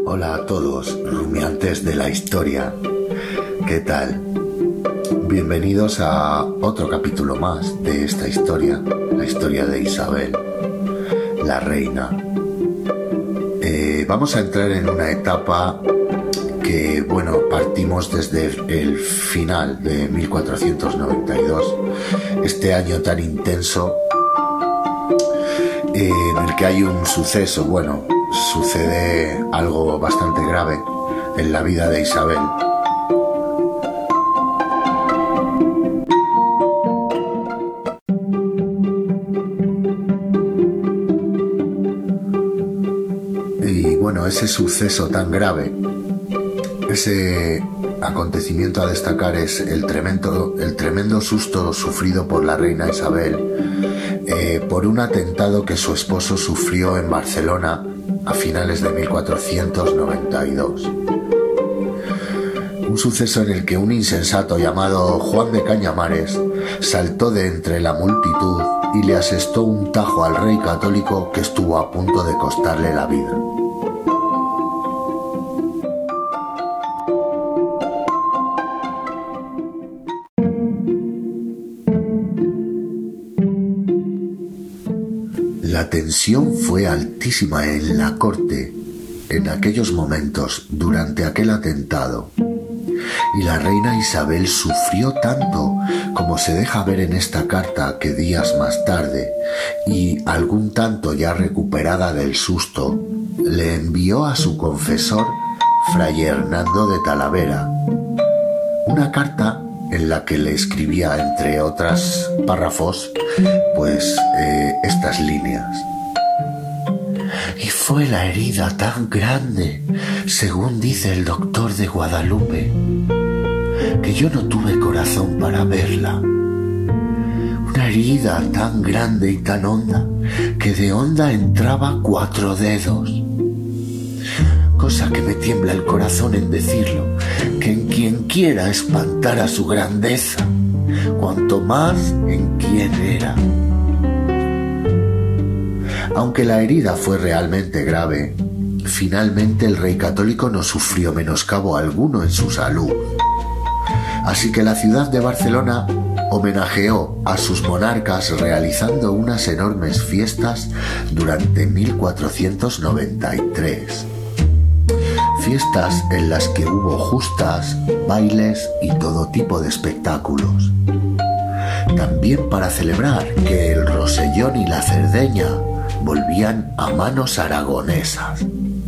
Hola a todos, rumiantes de la historia. ¿Qué tal? Bienvenidos a otro capítulo más de esta historia, la historia de Isabel, la reina. Vamos a entrar en una etapa que, partimos desde el final de 1492, este año tan intenso en el que hay un suceso, sucede algo bastante grave en la vida de Isabel. Y ese suceso tan grave, ese acontecimiento a destacar es el tremendo susto sufrido por la reina Isabel por un atentado que su esposo sufrió en Barcelona a finales de 1492. Un suceso en el que un insensato llamado Juan de Cañamares saltó de entre la multitud y le asestó un tajo al rey católico que estuvo a punto de costarle la vida. La tensión fue altísima en la corte en aquellos momentos durante aquel atentado, y la reina Isabel sufrió tanto como se deja ver en esta carta que días más tarde, y algún tanto ya recuperada del susto, le envió a su confesor, Fray Hernando de Talavera, una carta en la que le escribía, entre otros párrafos, estas líneas. Y fue la herida tan grande, según dice el doctor de Guadalupe, que yo no tuve corazón para verla. Una herida tan grande y tan honda, que de honda entraba 4 dedos. Cosa que me tiembla el corazón en decirlo, que en quien quiera espantar a su grandeza, cuanto más en quien era. Aunque la herida fue realmente grave, finalmente el rey católico no sufrió menoscabo alguno en su salud. Así que la ciudad de Barcelona homenajeó a sus monarcas realizando unas enormes fiestas durante 1493. Fiestas en las que hubo justas, bailes y todo tipo de espectáculos. También para celebrar que el Rosellón y la Cerdeña volvían a manos aragonesas.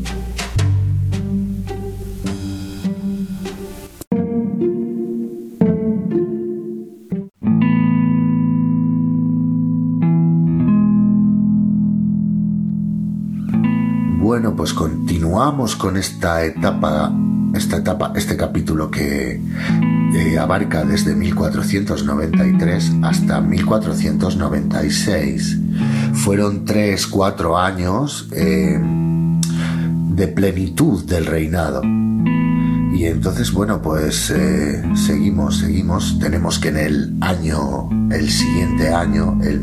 Continuamos con este capítulo que abarca desde 1493 hasta 1496. Fueron 3-4 años de plenitud del reinado. Y entonces, seguimos. Tenemos que en el siguiente año, el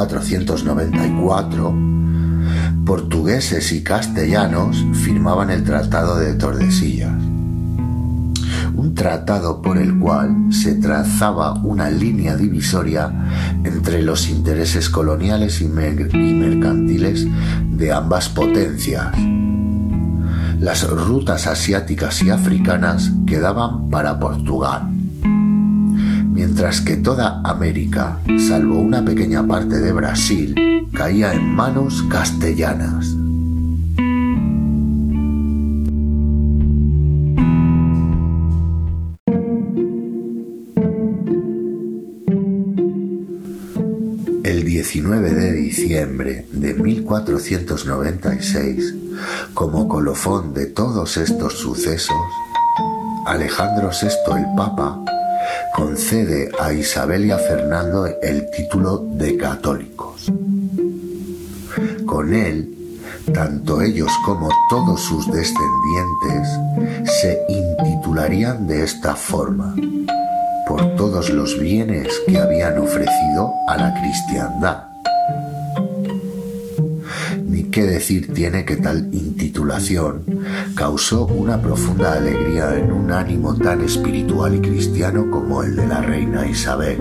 1494, portugueses y castellanos firmaban el Tratado de Tordesillas, un tratado por el cual se trazaba una línea divisoria entre los intereses coloniales y mercantiles de ambas potencias. Las rutas asiáticas y africanas quedaban para Portugal, mientras que toda América, salvo una pequeña parte de Brasil, caía en manos castellanas. El 19 de diciembre de 1496, como colofón de todos estos sucesos, Alejandro VI, el Papa, concede a Isabel y a Fernando el título de católicos. Con él, tanto ellos como todos sus descendientes se intitularían de esta forma, por todos los bienes que habían ofrecido a la cristiandad. Ni Qué decir tiene que tal intitulación causó una profunda alegría en un ánimo tan espiritual y cristiano como el de la reina Isabel.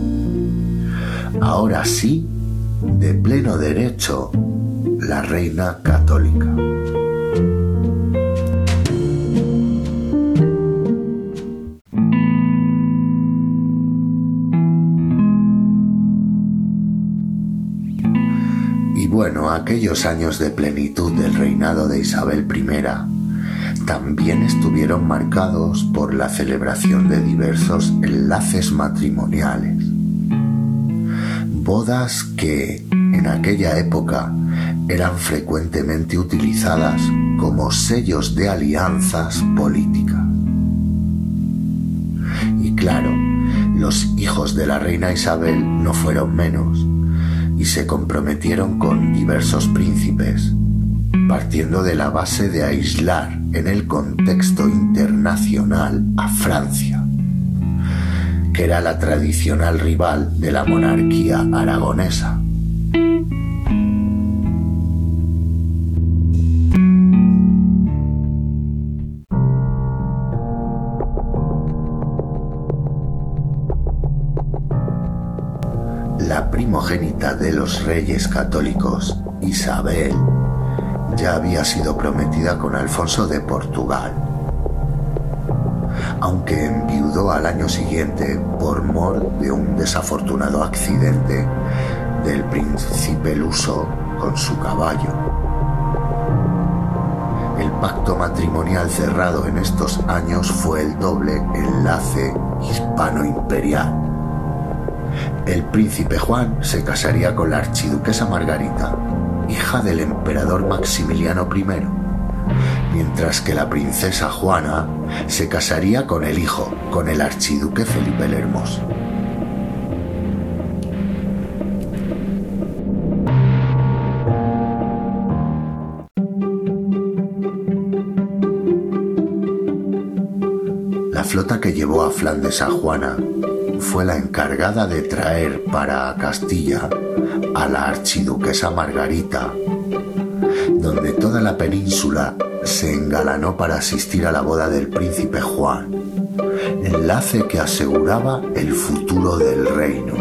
Ahora sí, de pleno derecho, la reina católica. Y bueno, aquellos años de plenitud del reinado de Isabel I también estuvieron marcados por la celebración de diversos enlaces matrimoniales. Bodas que, en aquella época, eran frecuentemente utilizadas como sellos de alianzas políticas. Y claro, los hijos de la reina Isabel no fueron menos, y se comprometieron con diversos príncipes, partiendo de la base de aislar en el contexto internacional a Francia, que era la tradicional rival de la monarquía aragonesa. La primogénita de los reyes católicos, Isabel, ya había sido prometida con Alfonso de Portugal, aunque enviudó al año siguiente por mor de un desafortunado accidente del príncipe luso con su caballo. El pacto matrimonial cerrado en estos años fue el doble enlace hispano-imperial. El príncipe Juan se casaría con la archiduquesa Margarita, hija del emperador Maximiliano I, mientras que la princesa Juana se casaría con el hijo, con el archiduque Felipe el Hermoso. La flota que llevó a Flandes a Juana fue la encargada de traer para Castilla a la archiduquesa Margarita, donde toda la península se engalanó para asistir a la boda del príncipe Juan, enlace que aseguraba el futuro del reino.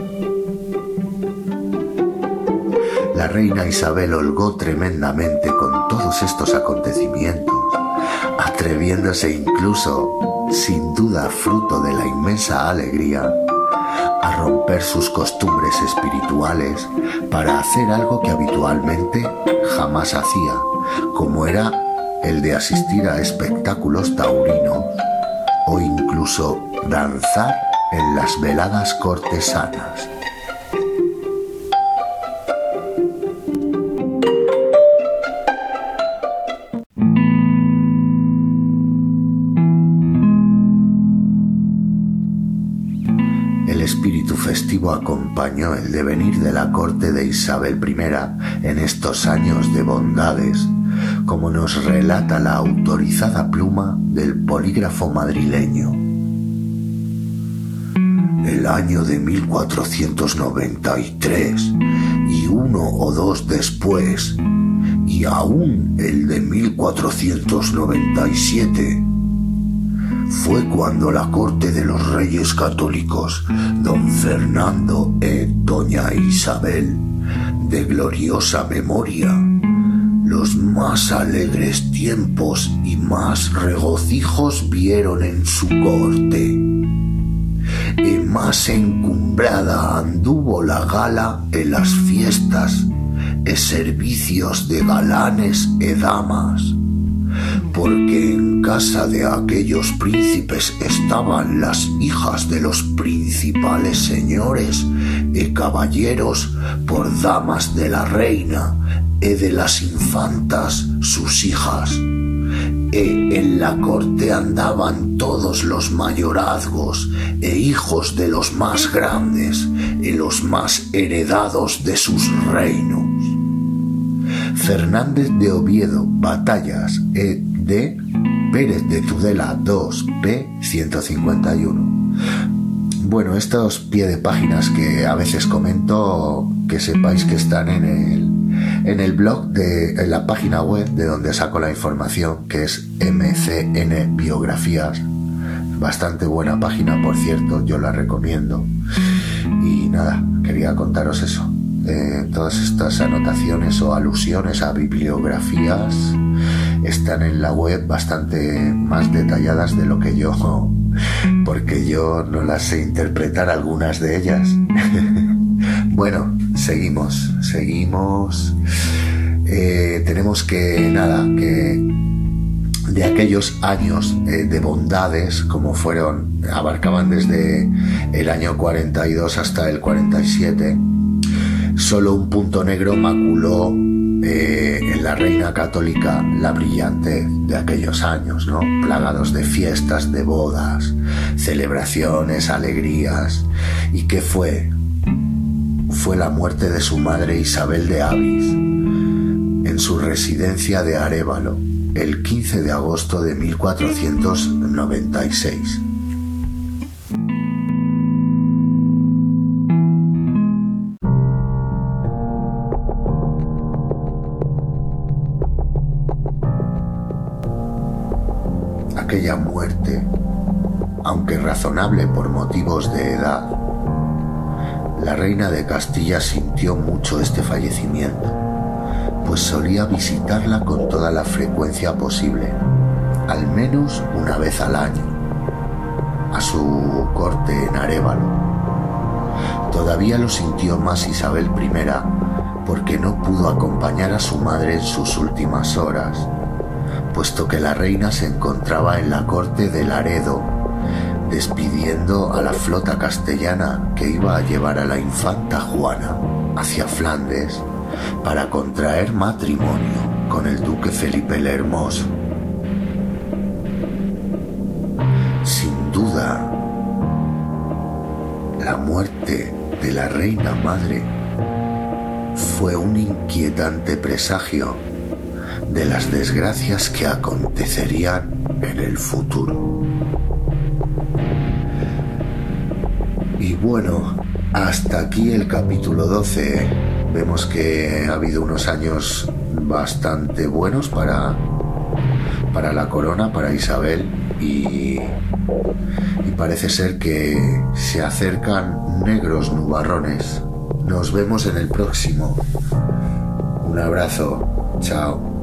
La reina Isabel holgó tremendamente con todos estos acontecimientos, atreviéndose incluso, sin duda fruto de la inmensa alegría, a romper sus costumbres espirituales para hacer algo que habitualmente jamás hacía, como era el de asistir a espectáculos taurinos o incluso danzar en las veladas cortesanas. El espíritu festivo acompañó el devenir de la corte de Isabel I en estos años de bondades, como nos relata la autorizada pluma del polígrafo madrileño. El año de 1493 y uno o dos después, y aún el de 1497, fue cuando la corte de los reyes católicos, don Fernando y doña Isabel, de gloriosa memoria, los más alegres tiempos y más regocijos vieron en su corte, y más encumbrada anduvo la gala en las fiestas e servicios de galanes e damas, porque en casa de aquellos príncipes estaban las hijas de los principales señores y caballeros por damas de la reina e de las infantas sus hijas, e en la corte andaban todos los mayorazgos e hijos de los más grandes y los más heredados de sus reinos. Fernández de Oviedo, Batallas, de Pérez de Tudela 2, p. 151. Bueno, estos pie de páginas que a veces comento, que sepáis que están en En el blog, en la página web de donde saco la información, que es MCN Biografías, bastante buena página, por cierto, yo la recomiendo. Y nada, quería contaros eso. Todas estas anotaciones o alusiones a bibliografías están en la web bastante más detalladas de lo que yo, porque yo no las sé interpretar algunas de ellas. Bueno, seguimos. Tenemos que de aquellos años de bondades, como abarcaban desde el año 42 hasta el 47, solo un punto negro maculó en la reina católica la brillantez de aquellos años, ¿no? Plagados de fiestas, de bodas, celebraciones, alegrías. ¿Y qué fue? Fue la muerte de su madre Isabel de Avis en su residencia de Arévalo el 15 de agosto de 1496. Aquella muerte, aunque razonable por motivos de edad, la reina de Castilla sintió mucho este fallecimiento, pues solía visitarla con toda la frecuencia posible, al menos una vez al año, a su corte en Arévalo. Todavía lo sintió más Isabel I, porque no pudo acompañar a su madre en sus últimas horas, puesto que la reina se encontraba en la corte de Laredo, despidiendo a la flota castellana que iba a llevar a la infanta Juana hacia Flandes para contraer matrimonio con el duque Felipe el Hermoso. Sin duda, la muerte de la reina madre fue un inquietante presagio de las desgracias que acontecerían en el futuro. Y bueno, hasta aquí el capítulo 12. Vemos que ha habido unos años bastante buenos para la corona, para Isabel, y parece ser que se acercan negros nubarrones. Nos vemos en el próximo. Un abrazo. Chao.